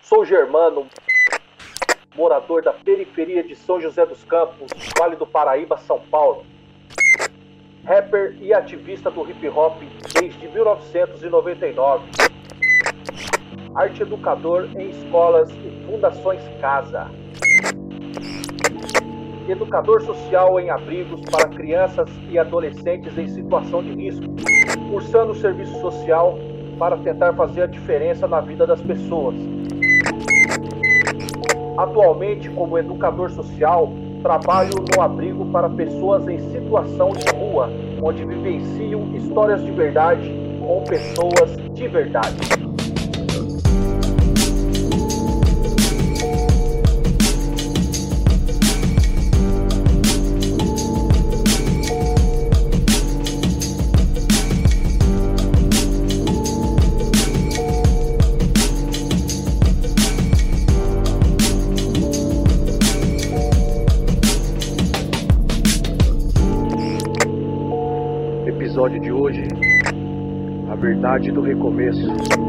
Sou Germano, morador da periferia de São José dos Campos, Vale do Paraíba, São Paulo. Rapper e ativista do hip hop desde 1999. Arte educador em escolas e fundações Casa. Educador social em abrigos para crianças e adolescentes em situação de risco, cursando serviço social para tentar fazer a diferença na vida das pessoas. Atualmente, como educador social, trabalho no abrigo para pessoas em situação de rua, onde vivenciam histórias de verdade com pessoas de verdade. Episódio de hoje, a verdade do recomeço.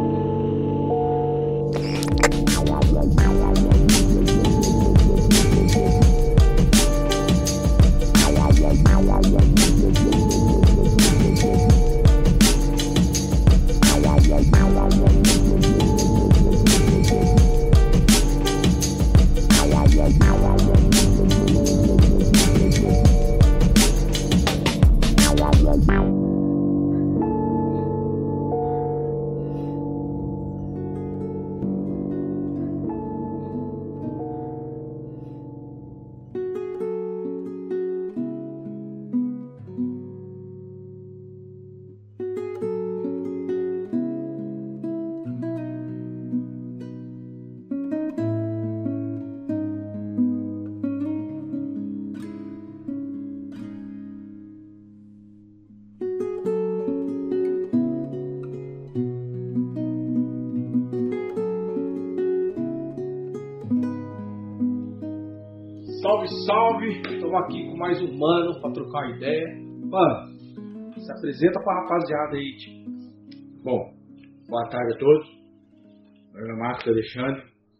Salve, salve! Estamos aqui com mais um mano pra trocar uma ideia. Mano, se apresenta pra rapaziada aí, tipo. Bom, boa tarde a todos. Meu nome é Márcio Alexandre.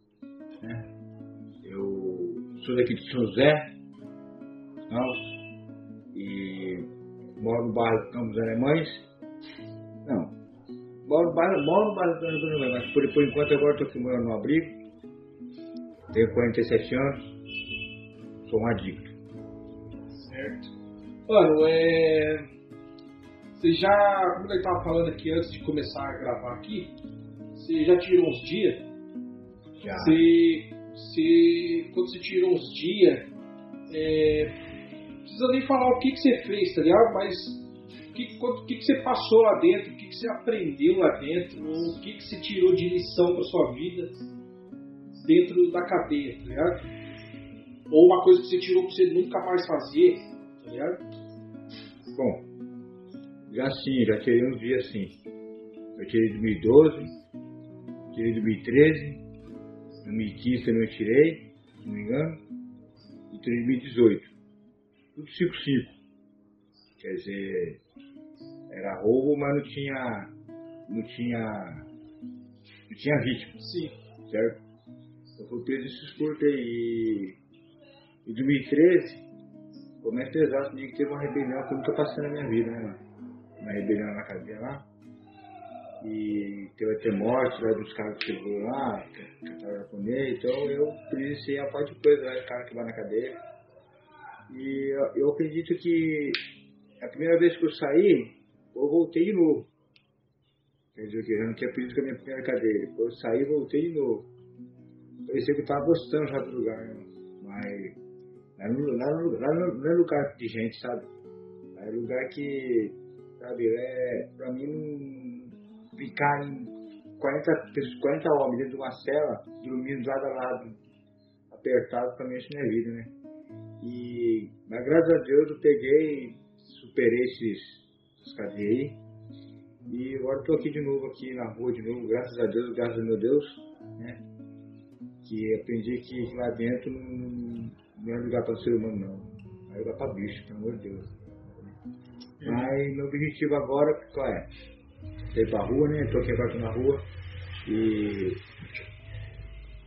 Eu sou daqui de São José, e moro no bairro Campos Alemães. Não, moro no bairro Campos Alemães, mas por enquanto agora estou aqui morando no abrigo. Tenho 47 anos. Sou um adicto. Certo. Mano, você já, como eu tava falando aqui antes de começar a gravar aqui, você já tirou uns dias? Já. Quando você tirou uns dias, não precisa nem falar o que você fez, tá ligado? Mas o que você passou lá dentro, o que você aprendeu lá dentro, o que você tirou de lição pra sua vida dentro da cadeia, tá ligado? Ou uma coisa que você tirou pra você nunca mais fazer, tá ligado? Bom, já tirei uns dias assim. Eu tirei 2012, tirei 2013, 2015 também eu tirei, se não me engano, e tirei 2018. Tudo 5-5. Quer dizer, era roubo, mas não tinha vítima. Sim. Certo? Eu fui preso esses curtos aí. Em 2013, começo exato, que teve uma rebelião que eu nunca passei na minha vida, né, mano? Uma rebelião na cadeia lá. E teve até morte lá dos caras que chegou lá, que estavam japonês. Então eu presenciei a parte de coisa lá, de cara que vai na cadeia. E eu acredito que a primeira vez que eu saí, eu voltei de novo. Quer dizer, que eu não tinha preso com a minha primeira cadeia. Depois eu saí e voltei de novo. Parecia que eu tava gostando já do lugar, né? Mas não é lugar de gente, sabe? É lugar que, sabe, pra mim não ficar em 40 homens dentro de uma cela, dormindo lado a lado, apertado, pra mim isso não é vida, né? Mas graças a Deus eu peguei, superei essas cadeias aí, e agora eu tô aqui de novo, aqui na rua de novo, graças a Deus, graças a meu Deus, né? Que aprendi que lá dentro não é lugar para ser humano, não. É lugar para bicho, pelo amor de Deus. Mas meu objetivo agora, qual é? Sair pra rua, né? Tô aqui agora na rua. E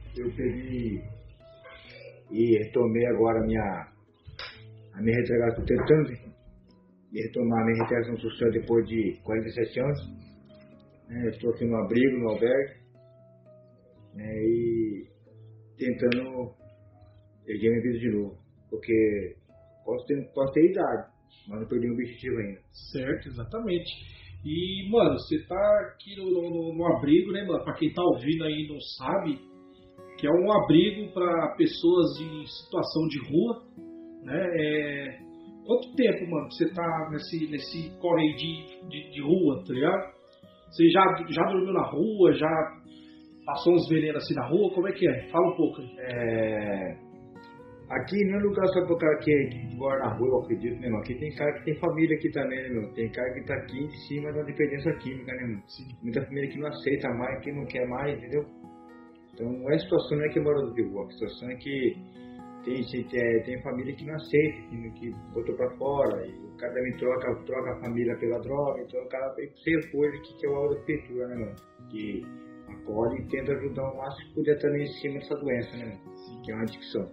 eu peguei e retomei agora a minha reintegração, tentando retomar a minha reintegração social depois de 47 anos. Né? Estou aqui no abrigo, no albergue, né? E tentando erguer minha vida de novo, porque posso ter idade, mas não perdi o objetivo ainda. Certo, exatamente. E, mano, você tá aqui no abrigo, né, mano? Pra quem tá ouvindo aí e não sabe, que é um abrigo para pessoas em situação de rua, né? Quanto tempo, mano, você tá nesse corre aí de rua, tá ligado? Você já dormiu na rua, já passou uns venenos assim na rua? Como é que é? Fala um pouco aí. Aqui não é lugar só pro cara que mora na rua, eu acredito, né, mano? Aqui tem cara que tem família aqui também, né, meu? Tem cara que tá aqui em cima da dependência química, né, mano? Sim. Muita família que não aceita mais, que não quer mais, entendeu? Então, a situação não é que é morador de rua, a situação é que tem família que não aceita, que botou pra fora, e o cara também troca a família pela droga, então o cara tem que ser coisa que é o alvo da prefeitura, né, mano? Que acolhe e tenta ajudar o máximo que puder também em cima dessa doença, né, mano? Sim. Que é uma adicção.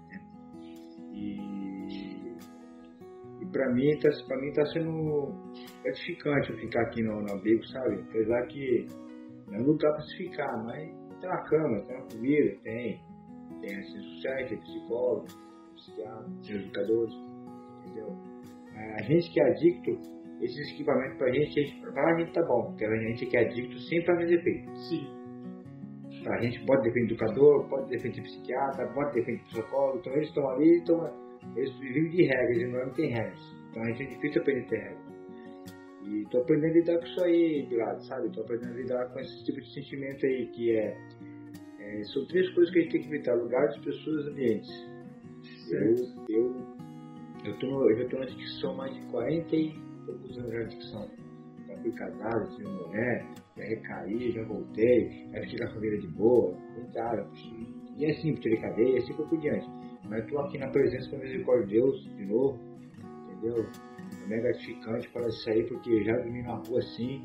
E pra mim tá sendo gratificante eu ficar aqui no abrigo, sabe? Apesar que não é um lugar pra se ficar, mas tem uma cama, tem uma comida, tem assistência social, tem psicólogo, tem psiquiatra, tem educadores, entendeu? A gente que é adicto, esses equipamentos pra gente tá bom, porque a gente que é adicto sempre faz efeito. Sim. A gente pode depender do educador, pode depender do psiquiatra, pode depender do psicólogo, então eles estão ali, eles vivem de regras, e não tem regras. Então a gente é difícil aprender a ter regras. E tô aprendendo a lidar com isso aí, Pilato, sabe? Tô aprendendo a lidar com esse tipo de sentimento aí, que são 3 coisas que a gente tem que evitar: lugares, pessoas e ambientes. Eu tô na adicção mais de 40 e poucos anos de adicção. Já fui casado, tive mulher, já recaí, já voltei, já fiquei com a família de boa, e assim, tirei cadeia, assim foi por diante. Mas eu tô aqui na presença da misericórdia de Deus, de novo, entendeu? É mega gratificante para sair, porque já dormi na rua assim,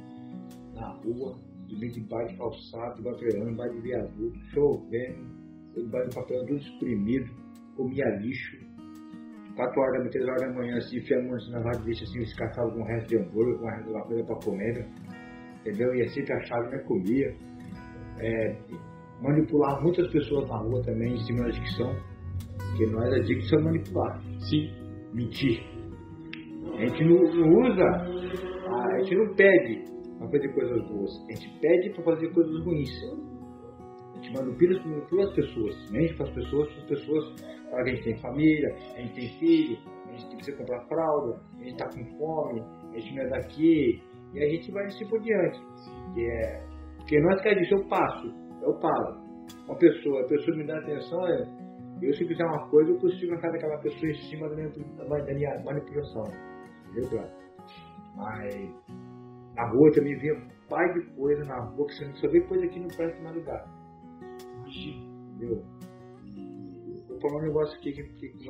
dormi debaixo de calçado, debaixo de viaduto, chovendo, debaixo de papel tudo espremido, comia lixo. 4 horas da manhã, 3 horas da manhã, assim, enfiando a mão na vaga de lixo, assim, eles caçavam com o resto de hambúrguer, com o resto de alguma coisa pra comer, entendeu? E assim que achava, né, comia. Manipular muitas pessoas na rua também, em cima da adicção, porque nós adictos somos manipular. Sim. Mentir. A gente não usa, a gente não pede pra fazer coisas boas, a gente pede pra fazer coisas ruins. A gente manipula as pessoas, mente para as pessoas falam que a gente tem família, a gente tem filho, a gente tem que comprar fralda, a gente tá com fome, a gente não é daqui, e a gente vai assim por diante. Porque nós que é disso, eu paro. A pessoa me dá atenção, eu se fizer uma coisa, eu consigo arrancar daquela pessoa em cima da minha manipulação. Entendeu, claro? Mas na rua também via um pai de coisa na rua, que você não só vê coisa que não presta mais lugar. Entendeu? Vou falar um negócio aqui que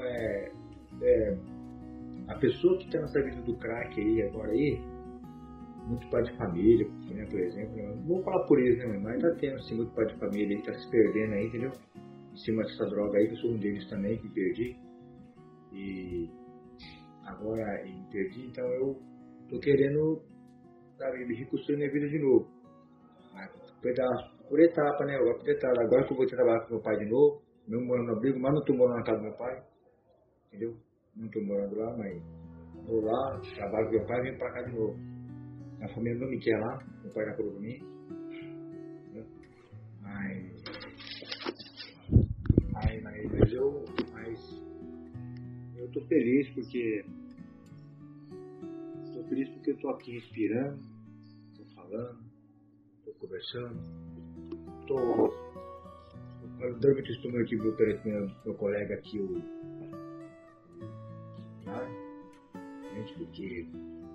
a pessoa que está nessa vida do crack aí agora aí, muito pai de família, né, por exemplo, não vou falar por isso, né, mas tá tendo assim, muito pai de família aí, tá se perdendo aí, entendeu? Em cima dessa droga aí, que eu sou um deles também, que perdi. E agora me perdi, então eu tô querendo, sabe, me reconstruir minha vida de novo. Mas por etapa, né? Agora que eu vou trabalhar com meu pai de novo, mesmo morando no abrigo, mas não tô morando na casa do meu pai, entendeu? Não tô morando lá, mas vou lá, trabalho com meu pai e venho pra cá de novo. A família não me quer lá, meu pai já falou pra mim. Entendeu? Mas eu tô feliz porque eu tô aqui respirando, tô falando, tô conversando, eu dou muito testemunho aqui pro meu colega aqui, porque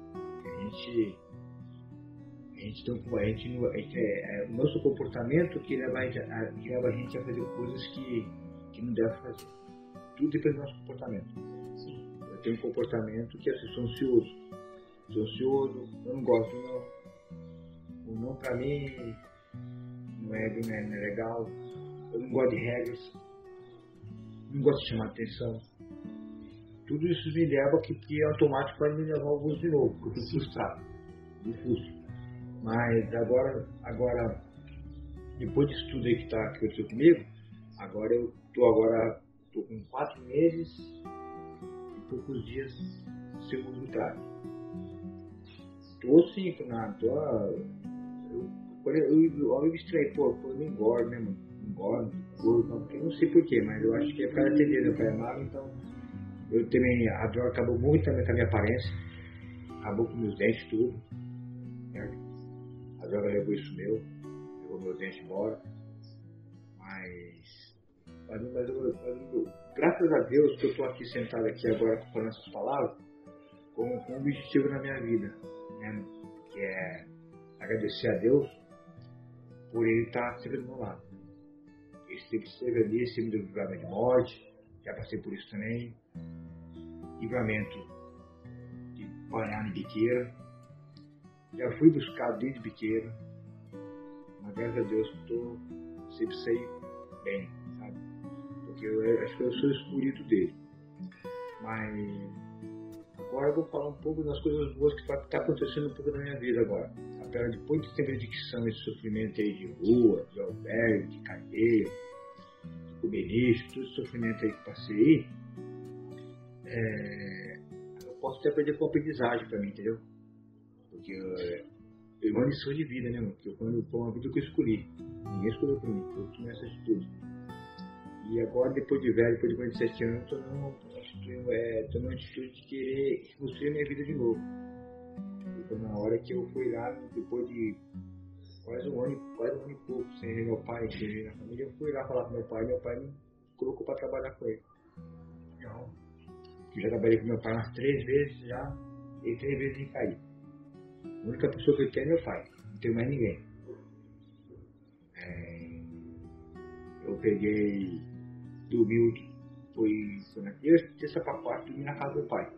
o nosso comportamento que leva a gente a fazer coisas que não deve fazer. Tudo depende do nosso comportamento. Sim. Eu tenho um comportamento que eu sou ansioso. Eu não gosto do não. O não pra mim não é legal. eu não gosto de regras, não gosto de chamar atenção. Tudo isso me leva que automático vai me levar ao abuso de novo, porque eu estou frustrado, me frustro. Mas agora, depois disso tudo aí que aconteceu comigo, agora eu tô com 4 meses e poucos dias sem o resultado. Tô sim, eu me estranhei, pô, eu não engordo, né, mano? Não engordo, gordo, eu não sei porquê, mas eu acho que é por causa da TV, meu pai é magro, então eu também, a droga acabou muito também com a minha aparência, acabou com meus dentes, tudo, certo? A droga levou isso levou meus dentes embora, mas graças a Deus que eu tô aqui sentado aqui agora falando essas palavras, com um objetivo na minha vida, né? Que é agradecer a Deus por Ele estar sempre do meu lado. Ele sempre esteve ali, sempre me deu livramento de morte, já passei por isso também, livramento de banhar em biqueira, já fui buscado dentro de biqueira, mas graças a Deus sempre saí bem, sabe? Porque eu acho que eu sou o escolhido dele. Mas agora eu vou falar um pouco das coisas boas que está acontecendo um pouco na minha vida agora. Apesar de muito tempo de adicção, esse sofrimento aí de rua, de albergue, de cadeia, de comunista, todo esse sofrimento aí que passei, eu posso até aprender com aprendizagem para mim, entendeu? Porque é uma lição de vida, né, mano? Porque foi uma vida que eu escolhi. Ninguém escolheu por mim, eu tomei essa atitude. E agora, depois de velho, depois de 47 anos, eu estou numa atitude de querer construir minha vida de novo. Então, na hora que eu fui lá, depois de quase um ano e pouco, sem ver meu pai, sem ver na família, eu fui lá falar com meu pai me colocou para trabalhar com ele. Eu já trabalhei com meu pai umas 3 vezes já, e 3 vezes em cair. A única pessoa que eu tenho é meu pai, não tenho mais ninguém. Eu peguei, dormi, foi na terça para quarta, dormi na casa do meu pai.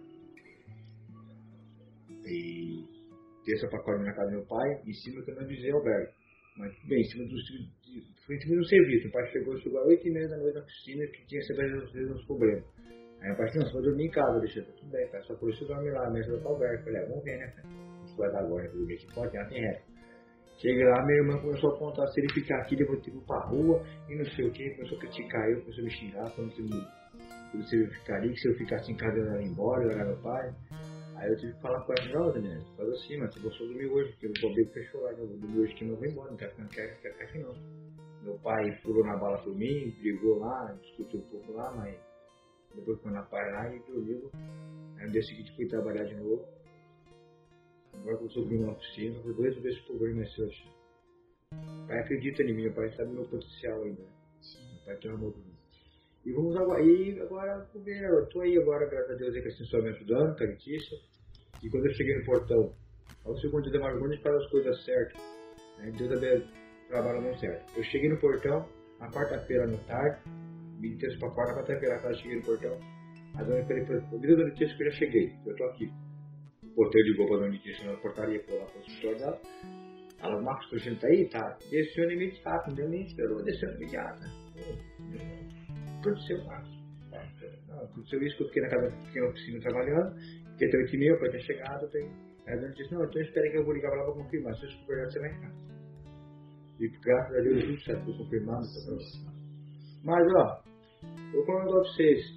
E terça para quarta, dormi na casa do meu pai, em cima que eu não avisei albergue. Mas bem, em cima do serviço. Meu pai chegou às 8h30 da noite na piscina, que tinha sempre às vezes uns problemas. Aí meu pai disse, não, você vai dormir em casa, deixa, tudo bem, pai, só por isso eu dorme lá, mas eu tô albergue. Falei, vamos ver, né, pai? Isso vai dar agora, dormir aqui pode, não tem resto. Cheguei lá, minha irmã começou a contar, se ele ficar aqui, depois eu ir pra rua, e não sei o que, começou a criticar eu, começou a me xingar, falando que se eu ficar ali, que se eu ficasse em casa eu ia embora, eu era meu pai. Aí eu tive que falar com ela, não, Daniel, faz assim, mas eu vou dormir hoje, porque o bobeiro fechou lá, eu vou dormir hoje que não vou embora, não quero ficar aqui não. Meu pai pulou na bala por mim, brigou lá, discutiu um pouco lá, mas depois foi na paz lá e dormiu. Aí no dia seguinte fui trabalhar de novo. Agora que eu sou na oficina, por 2 vezes por ano, mas seu pai acredita em mim, meu pai sabe o meu potencial ainda. Meu pai tem amor por mim. E vamos agora vou ver, eu tô aí agora, graças a Deus, aí que assim só me ajudando, com a Letícia. E quando eu cheguei no portão, ao segundo dia da madrugada, a gente faz as coisas certas. Aí Deus também trabalha muito certo. Eu cheguei no portão, na quarta-feira à tarde, me terça para quarta-feira à tarde, cheguei no portão. A dona falei, me deu a notícia que eu já cheguei, eu tô aqui. O porteiro ligou para a dona Letícia na portaria, foi lá para o escritório dela. Ela, Marcos, o gente tá aí? Tá. Desceu no imediato, não deu nem esperou, desceu no imediato. Aconteceu, Marcos. Aconteceu isso que eu fiquei na oficina trabalhando, fiquei até 8h30, para ter chegado. Aí a dona disse, não, então espera que eu vou ligar para lá para confirmar. Se isso for verdade, você vai entrar. E graças a Deus, tudo certo, foi confirmado. Mas, ó, eu vou falar para vocês.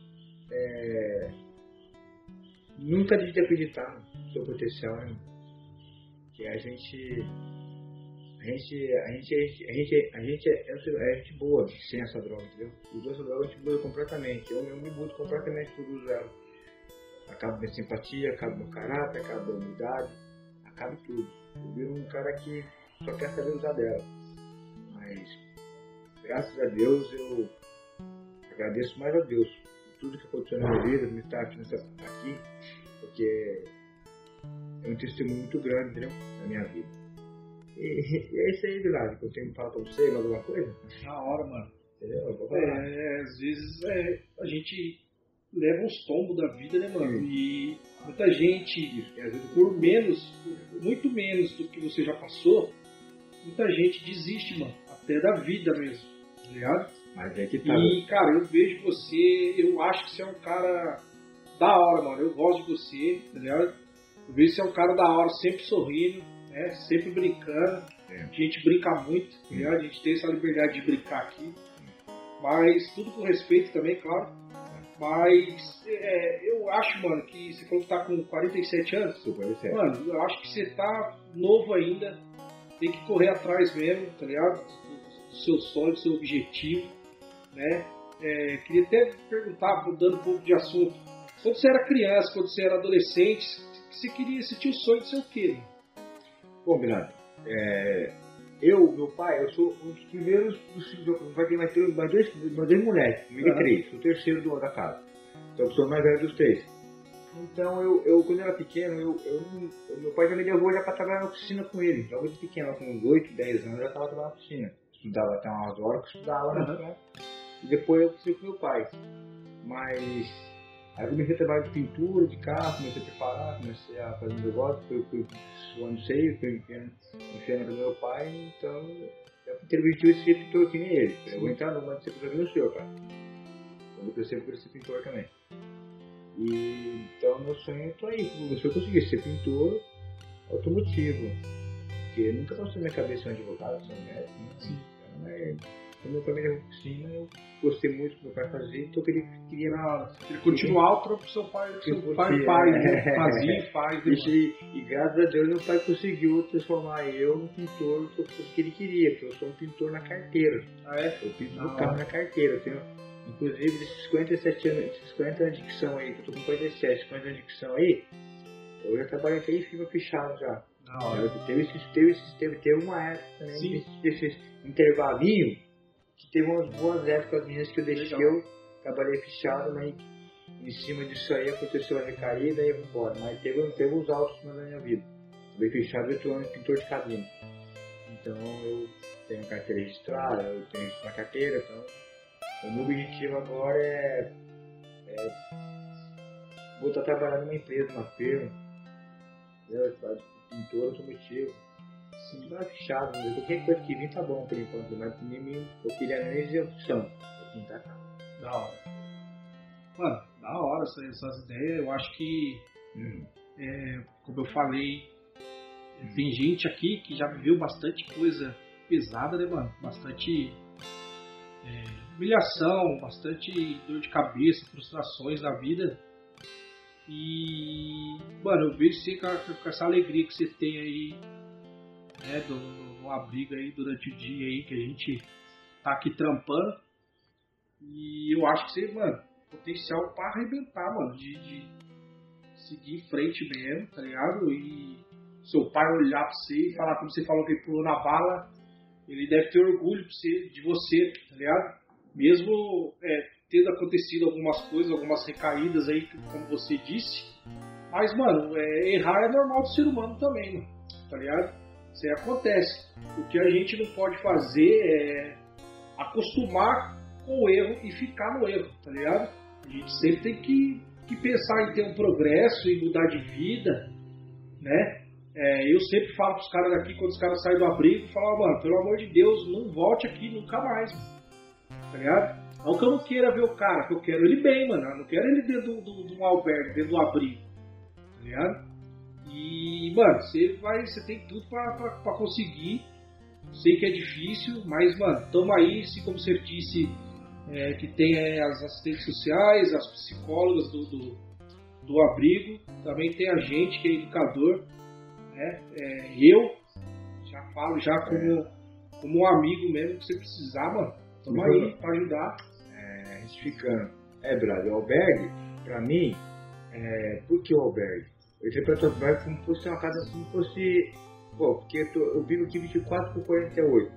Nunca de acreditar no seu potencial, né? Que a gente é gente boa sem essa droga, entendeu? Usando essa droga a gente muda completamente. Eu me mudo completamente por uso dela. Acaba minha simpatia, acaba meu caráter, acaba minha humildade, acaba tudo. Eu viro um cara que só quer saber usar dela. Mas, graças a Deus, eu agradeço mais a Deus por tudo que aconteceu na minha vida, me estar aqui, porque é um testemunho muito grande, entendeu? Na minha vida. E é isso aí, Vilado, que eu tenho que falar pra você, mais alguma coisa? Na hora, mano. Entendeu? Às vezes a gente leva uns tombos da vida, né, mano? E muita gente, por muito menos do que você já passou, muita gente desiste, mano. Até da vida mesmo. tá ligado? Mas é que tá. E, cara, eu vejo você, eu acho que você é um cara da hora, mano. Eu gosto de você, tá ligado? Eu vejo que você é um cara da hora, sempre sorrindo, né? Sempre brincando. É. A gente brinca muito, tá ligado? A gente tem essa liberdade de brincar aqui. Mas tudo com respeito também, claro. Mas eu acho, mano, que você falou que tá com 47 anos. Sou 47. Mano, eu acho que você tá novo ainda. Tem que correr atrás mesmo, tá ligado? Do seu sonho, do seu objetivo, né? Queria até perguntar, mudando um pouco de assunto. Quando você era criança, quando você era adolescente, você tinha o sonho de ser o quê, mano? Bom, Bernardo, meu pai, eu sou um dos primeiros dos filhos. Vai ter mais dois moleques, comigo e três. Sou o terceiro da casa. Então eu sou o mais velho dos três. Então eu quando eu era pequeno, meu pai já me levou já para trabalhar na oficina com ele. Logo de pequeno, com uns 8, 10 anos, eu já estava trabalhando na oficina. Estudava até umas horas que estudava, né? E depois eu fui com meu pai. Mas aí eu comecei a trabalhar de pintura, de carro, comecei a preparar, comecei a fazer um negócio, fui suando seio, fui enfiando do meu pai, então eu tenho o objetivo de ser pintor que nem ele. Eu vou entrar no mundo de ser pintor que nem o senhor, cara. Quando eu crescer, eu quero ser pintor também. E então meu sonho é aí, se eu conseguir ser pintor automotivo, porque nunca passou na minha cabeça ser um advogado, ser um médico, né? Sim. Então, quando meu pai me levou para a oficina, eu gostei muito do que meu pai fazia, então eu queria Continuar o trampo que seu pai faz, né? Fazia e faz. E graças a Deus meu pai conseguiu transformar eu num pintor que ele queria, porque eu sou um pintor na carteira. Eu pinto no carro na carteira. Eu tenho, inclusive, desses 47 anos, esses 40 anos de dicção aí, que eu tô com 47, 40 anos de dicção aí, eu já trabalhei até em filme fechado já. Teve uma época também, desse intervalinho, que teve umas boas épocas minhas que eu deixei, eu trabalhei fechado, mas em cima disso aí aconteceu a recaída e eu vou embora. Mas teve uns altos na minha vida. Trabalhei fechado 8 anos pintor de cabine. Então eu tenho carteira registrada, eu tenho isso na carteira, então o meu objetivo agora é voltar a trabalhar numa empresa, numa firma, pintor automotivo. Não é fechado, mas qualquer coisa que vir tá bom por enquanto, mas eu queria nem execução, eu pintar carro. Da hora. Mano, da hora essas ideias. Eu acho que, como eu falei, tem gente aqui que já viveu bastante coisa pesada, né, mano? Bastante humilhação, bastante dor de cabeça, frustrações na vida. E, mano, eu vejo você com essa alegria que você tem aí, né, no abrigo aí durante o dia aí que a gente tá aqui trampando. E eu acho que você, mano, potencial pra arrebentar, mano, de seguir em frente mesmo, tá ligado? E seu pai olhar pra você e falar, como você falou que ele pulou na bala, ele deve ter orgulho de você, tá ligado? Mesmo tendo acontecido algumas coisas, algumas recaídas aí, como você disse. Mas, mano, errar é normal do ser humano também, mano, tá ligado? Isso aí acontece. O que a gente não pode fazer é acostumar com o erro e ficar no erro, tá ligado? A gente sempre tem que pensar em ter um progresso e mudar de vida, né? Eu sempre falo pros caras daqui, quando os caras saem do abrigo, falam, mano, pelo amor de Deus, não volte aqui nunca mais, mano. Tá ligado? Não que eu não queira ver o cara, que eu quero ele bem, mano. Eu não quero ele dentro de um albergue, dentro do abrigo, tá ligado? E, mano, você tem tudo pra conseguir. Sei que é difícil, mas, mano, tamo aí, se como você disse, que tem as assistentes sociais, as psicólogas do abrigo, também tem a gente que é educador, né? Eu já falo como um amigo mesmo, que você precisar, mano, tamo aí pra ajudar. Retificando, Brad, o albergue, pra mim, por que o albergue? Eu sempre trato o albergue como se fosse uma casa, como se fosse, porque eu vivo aqui 24 por 48.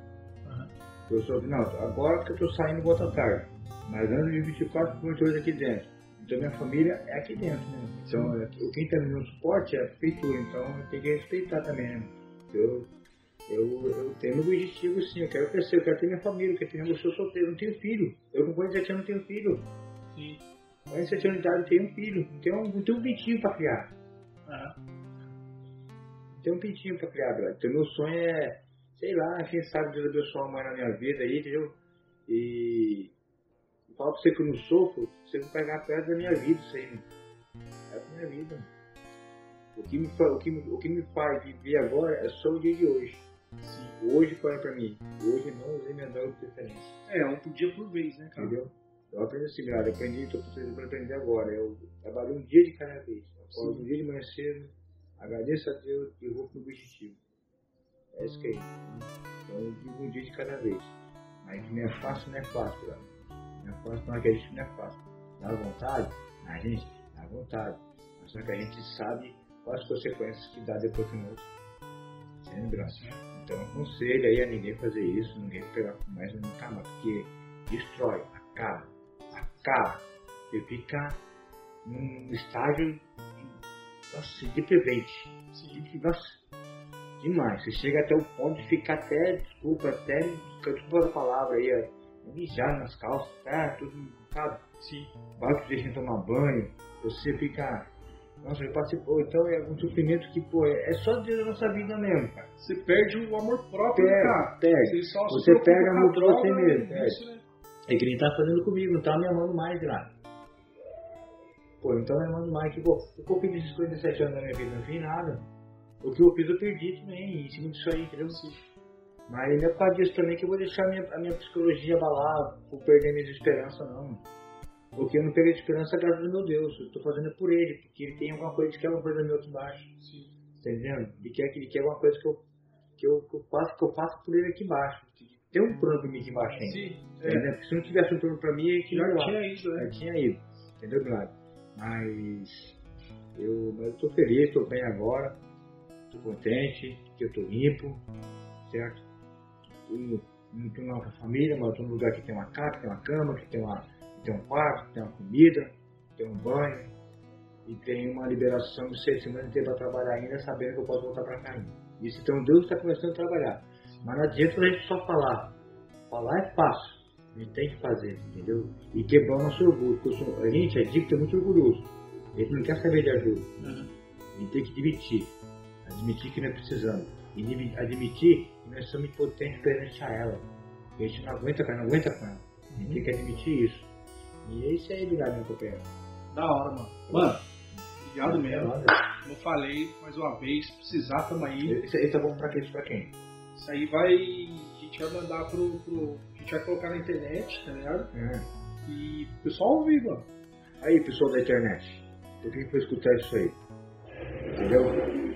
Agora porque eu tô saindo e volto à tarde. Mas antes de 24 por 48 aqui dentro. Então minha família é aqui dentro, né? Então quem tá me dando suporte é a prefeitura, então eu tenho que respeitar também, né? Eu tenho meu objetivo sim, eu quero crescer, eu quero ter minha família, eu quero ter eu sou solteiro, não tenho filho. Eu com 47 anos não tenho filho. Sim. Com 47 anos de idade eu tenho um filho, não tenho um pintinho pra criar. Não tenho um pintinho pra criar, Brad. Então meu sonho é, sei lá, quem sabe Deus abençoar uma mãe na minha vida aí, entendeu? E falo pra você que eu não sofro, você vai pegar perto da minha vida isso aí, mano. É da minha vida, mano. O que me faz viver agora é só o dia de hoje. Sim. Hoje foi pra mim. Hoje eu não usei minha droga de preferência. Um dia por vez, né, cara? Entendeu? Eu aprendi assim, cara. Eu aprendi, tô precisando pra aprender agora. Eu trabalho um dia de cada vez. Eu acordo um dia de manhã cedo, agradeço a Deus e vou pro objetivo. É isso que é isso. Então eu vivo um dia de cada vez. Mas que não é fácil, não é fácil, cara. Não é fácil, não acredito que não é fácil. Dá vontade? A gente dá vontade. Mas só que a gente sabe quais as consequências que dá depois que nós. Lembra? Então aconselho aí a ninguém fazer isso, ninguém pegar mais no cama, porque destrói, acaba. Você fica num estágio, nossa, deprimente. Nossa, demais. Você chega até o ponto de ficar até, desculpa a palavra aí, mijar nas calças, tudo, sabe? Sim. Vai que deixa tomar banho, você fica, nossa, já participou, então é um sofrimento que, pô, é só Deus na nossa vida mesmo, cara. Você perde o amor próprio, cara. Perde. Você perde amor por você mesmo. Isso, né? É que ele tá fazendo comigo, não tá me amando mais, cara. Pô, não tá me amando mais. Tipo, eu fiz esses 57 anos da minha vida, não fiz nada. O que eu fiz eu perdi também, em cima disso aí, entendeu? Mas não é por causa disso também que eu vou deixar a minha psicologia abalar, por perder minhas esperanças, não. Porque eu não perdi a esperança graças ao meu Deus. Eu tô fazendo por ele, porque ele tem alguma coisa, que é alguma coisa minha aqui embaixo. Sim. Tá entendendo? Ele quer alguma coisa que eu faço por ele aqui embaixo. Tem um plano pra mim aqui embaixo ainda. Sim. Porque se não tivesse um plano pra mim, ele já tinha ido, né? Já tinha ido. Entendeu, Vlad? Mas eu tô feliz, tô bem agora. Tô contente, que eu tô limpo, certo? Não tô numa família, mas eu tô num lugar que tem uma casa, que tem uma cama, que tem um quarto, que tem uma comida, que tem um banho. E tem uma liberação de 6 semanas inteira para trabalhar ainda, sabendo que eu posso voltar para cá ainda. Isso, então Deus está começando a trabalhar. Mas não adianta a gente só falar. Falar é fácil. A gente tem que fazer, entendeu? E quebrar o nosso orgulho. Porque a gente é dito, é muito orgulhoso. A gente não quer saber de ajuda. A gente tem que admitir. Admitir que nós precisamos. E admitir que nós somos impotentes perante a ela. A gente não aguenta com ela. A gente tem que admitir isso. E é isso aí, obrigado, meu companheiro. Da hora, mano. Mano, obrigado mesmo. Como eu falei mais uma vez, se precisar, tamo aí. Isso aí tá bom pra quem? Isso aí a gente vai mandar a gente vai colocar na internet, tá ligado? E o pessoal ouvir, mano. Aí, pessoal da internet, eu tenho que escutar isso aí. Entendeu?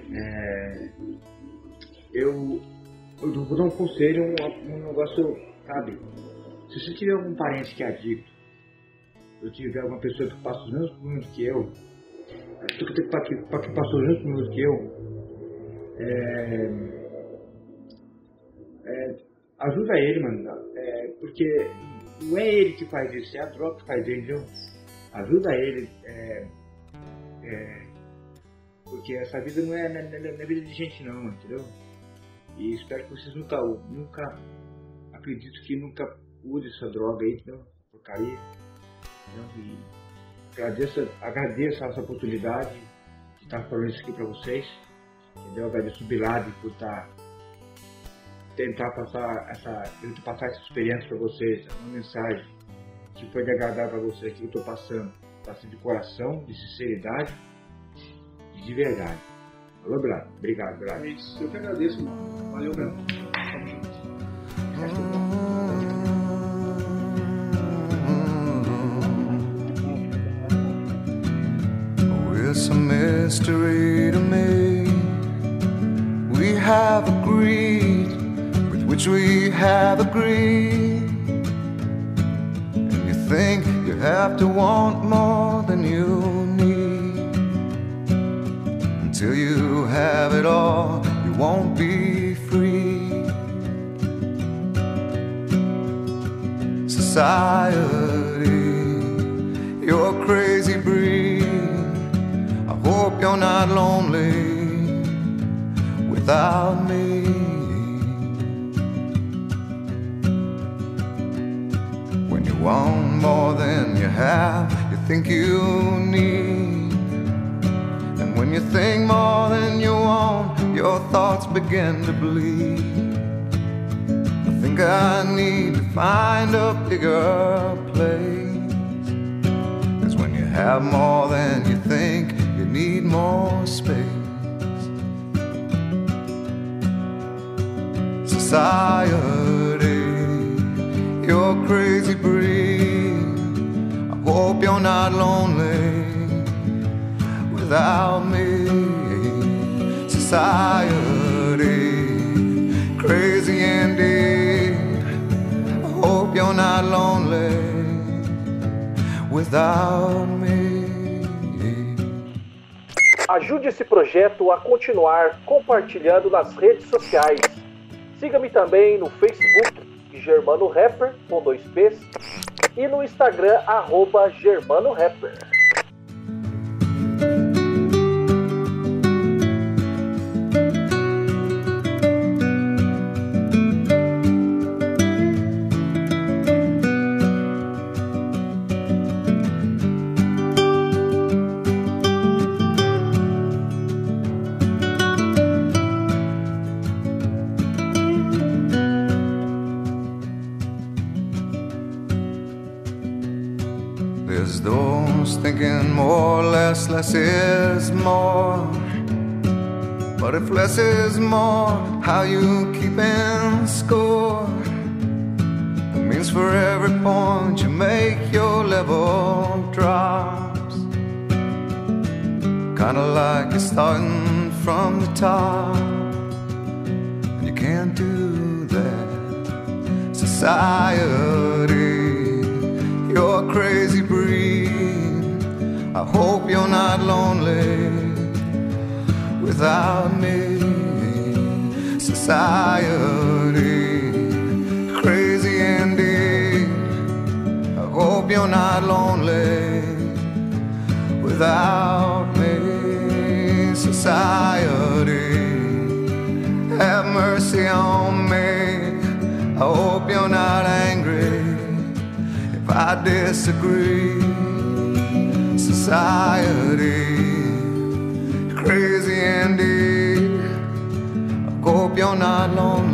Eu vou dar um conselho, um negócio, sabe? Se você tiver algum parente que é adicto, eu tiver alguma pessoa que passa os mesmos problemas que eu, que passou os mesmos problemas que eu, ajuda ele, mano. Porque não é ele que faz isso, é a droga que faz ele, entendeu? Ajuda ele. Porque essa vida não é vida de gente não, entendeu? E espero que vocês nunca acredito que nunca use essa droga aí, entendeu? Porcaria. E agradeço essa oportunidade de estar falando isso aqui para vocês, entendeu? Agradeço o Bilad por tentar passar essa experiência para vocês, uma mensagem que foi de agradar para vocês que eu estou passando de coração, de sinceridade e de verdade. Alô, Bilad? Obrigado, Bilad. É isso, eu que agradeço, mano. Valeu mesmo. Tamo junto. It's a mystery to me. We have agreed with which we have agreed. And you think you have to want more than you need. Until you have it all, you won't be free. Society, you're crazy breed. Hope you're not lonely without me. When you want more than you have, you think you need. And when you think more than you want, your thoughts begin to bleed. I think think I need to find a bigger place. 'Cause when you have more than you think, you need more space. Society, you're crazy breed. I hope you're not lonely without me. Society, crazy indeed. I hope you're not lonely without me. Ajude esse projeto a continuar compartilhando nas redes sociais. Siga-me também no Facebook, Germano Rapper, com 2 P's, e no Instagram, @Germano Rapper. There's those thinking more, less is more. But if less is more, how you keeping score? It means for every point you make, your level drops. Kinda like you're starting from the top, and you can't do that. Society, you're a crazy breed. I hope you're not lonely without me. Society, crazy indeed. I hope you're not lonely without me. Society, have mercy on me. I hope you're not angry if I disagree. Society, crazy indeed. I hope you're not lonely